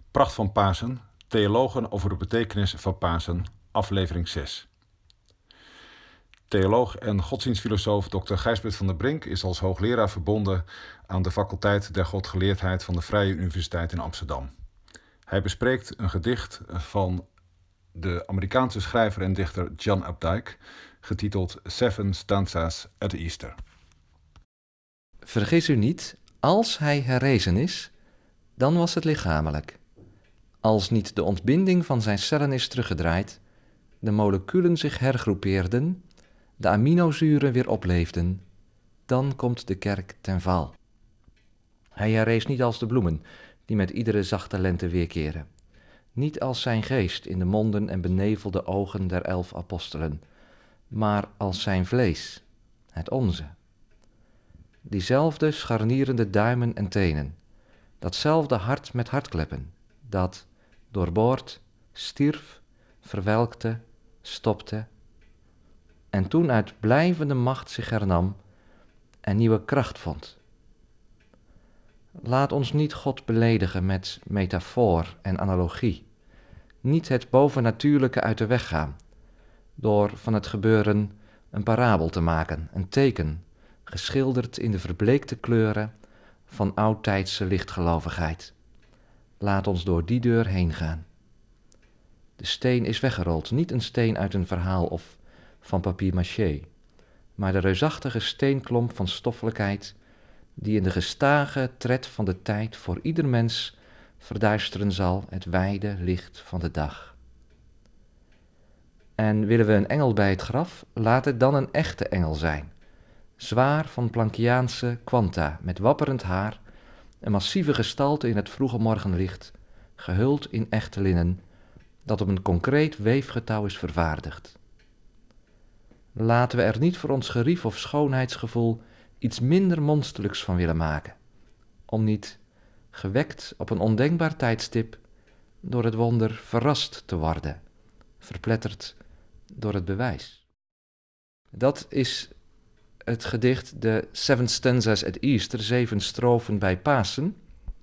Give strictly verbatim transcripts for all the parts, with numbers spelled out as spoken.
Pracht van Pasen, theologen over de betekenis van Pasen, aflevering zes. Theoloog en godsdienstfilosoof dokter Gijsbert van der Brink is als hoogleraar verbonden aan de faculteit der Godgeleerdheid van de Vrije Universiteit in Amsterdam. Hij bespreekt een gedicht van de Amerikaanse schrijver en dichter John Updike, getiteld Seven Stanzas at Easter. Vergis u niet, als hij herrezen is, dan was het lichamelijk. Als niet de ontbinding van zijn cellen is teruggedraaid, de moleculen zich hergroepeerden, de aminozuren weer opleefden, dan komt de kerk ten val. Hij herrees niet als de bloemen, die met iedere zachte lente weerkeren. Niet als zijn geest in de monden en benevelde ogen der elf apostelen, maar als zijn vlees, het onze. Diezelfde scharnierende duimen en tenen, datzelfde hart met hartkleppen, dat doorboord, stierf, verwelkte, stopte, en toen uit blijvende macht zich hernam en nieuwe kracht vond. Laat ons niet God beledigen met metafoor en analogie, niet het bovennatuurlijke uit de weg gaan, door van het gebeuren een parabel te maken, een teken, geschilderd in de verbleekte kleuren van oudtijdse lichtgelovigheid. Laat ons door die deur heen gaan. De steen is weggerold, niet een steen uit een verhaal of van papier-mâché, maar de reusachtige steenklomp van stoffelijkheid die in de gestage tred van de tijd voor ieder mens verduisteren zal het wijde licht van de dag. En willen we een engel bij het graf, laat het dan een echte engel zijn, zwaar van Planciaanse quanta, met wapperend haar, een massieve gestalte in het vroege morgenlicht, gehuld in echte linnen, dat op een concreet weefgetouw is vervaardigd. Laten we er niet voor ons gerief of schoonheidsgevoel iets minder monsterlijks van willen maken, om niet, gewekt op een ondenkbaar tijdstip, door het wonder verrast te worden, verpletterd door het bewijs. Dat is het gedicht de Seven Stanzas at Easter, zeven strofen bij Pasen,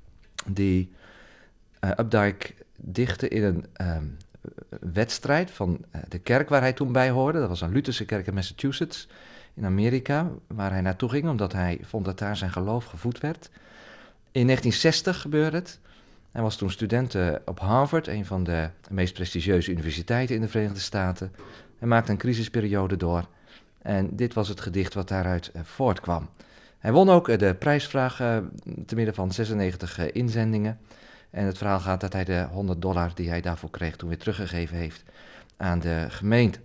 die uh, Updike dichtte in een uh, wedstrijd van uh, de kerk waar hij toen bij hoorde. Dat was een Lutherse kerk in Massachusetts, in Amerika, waar hij naartoe ging, omdat hij vond dat daar zijn geloof gevoed werd. In negentien zestig gebeurde het. Hij was toen student uh, op Harvard, een van de meest prestigieuze universiteiten in de Verenigde Staten. Hij maakte een crisisperiode door. En dit was het gedicht wat daaruit uh, voortkwam. Hij won ook uh, de prijsvraag uh, te midden van zesennegentig uh, inzendingen. En het verhaal gaat dat hij de honderd dollar die hij daarvoor kreeg toen weer teruggegeven heeft aan de gemeente.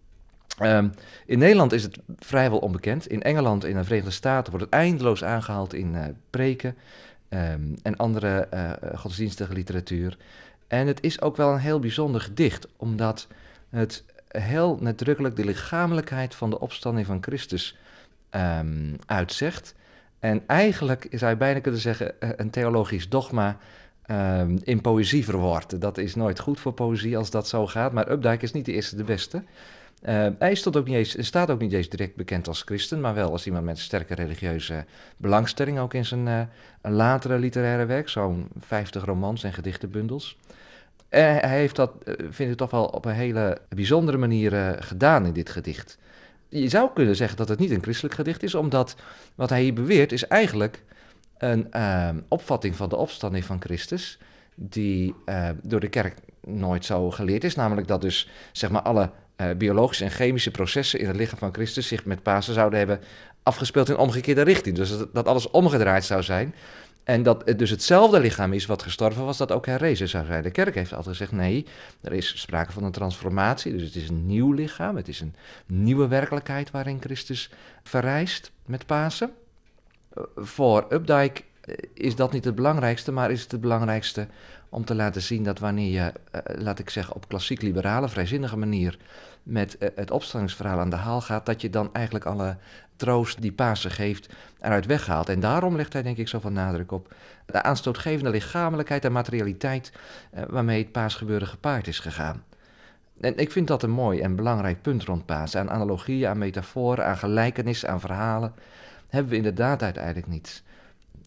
Um, in Nederland is het vrijwel onbekend. In Engeland en in de Verenigde Staten wordt het eindeloos aangehaald in uh, preken um, en andere uh, godsdienstige literatuur. En het is ook wel een heel bijzonder gedicht, omdat het heel nadrukkelijk de lichamelijkheid van de opstanding van Christus um, uitzegt. En eigenlijk zou je bijna kunnen zeggen een theologisch dogma um, in poëzie verwoord. Dat is nooit goed voor poëzie als dat zo gaat, maar Updike is niet de eerste de beste. Uh, hij stond ook niet eens, staat ook niet eens direct bekend als christen, maar wel als iemand met sterke religieuze belangstelling, ook in zijn uh, latere literaire werk, zo'n vijftig romans en gedichtenbundels. Uh, hij heeft dat, uh, vind ik toch wel op een hele bijzondere manier uh, gedaan in dit gedicht. Je zou kunnen zeggen dat het niet een christelijk gedicht is, omdat wat hij hier beweert is eigenlijk een uh, opvatting van de opstanding van Christus, die uh, door de kerk nooit zo geleerd is, namelijk dat dus zeg maar alle Uh, biologische en chemische processen in het lichaam van Christus zich met Pasen zouden hebben afgespeeld in omgekeerde richting. Dus dat, dat alles omgedraaid zou zijn. En dat het dus hetzelfde lichaam is wat gestorven was, dat ook herrezen zou zijn. De kerk heeft altijd gezegd, nee, er is sprake van een transformatie. Dus het is een nieuw lichaam, het is een nieuwe werkelijkheid waarin Christus verrijst met Pasen. Uh, voor Updike is dat niet het belangrijkste, maar is het het belangrijkste om te laten zien dat wanneer je, uh, laat ik zeggen, op klassiek liberale, vrijzinnige manier met uh, het opstandingsverhaal aan de haal gaat, dat je dan eigenlijk alle troost die Pasen geeft eruit weghaalt. En daarom legt hij denk ik zoveel nadruk op de aanstootgevende lichamelijkheid en materialiteit uh, waarmee het paasgebeuren gepaard is gegaan. En ik vind dat een mooi en belangrijk punt rond Pasen. Aan analogieën, aan metaforen, aan gelijkenissen, aan verhalen hebben we inderdaad uiteindelijk niets.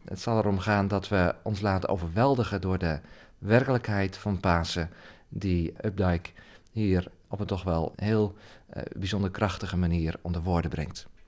Het zal erom gaan dat we ons laten overweldigen door de werkelijkheid van Pasen, die Updike hier op een toch wel heel uh, bijzonder krachtige manier onder woorden brengt.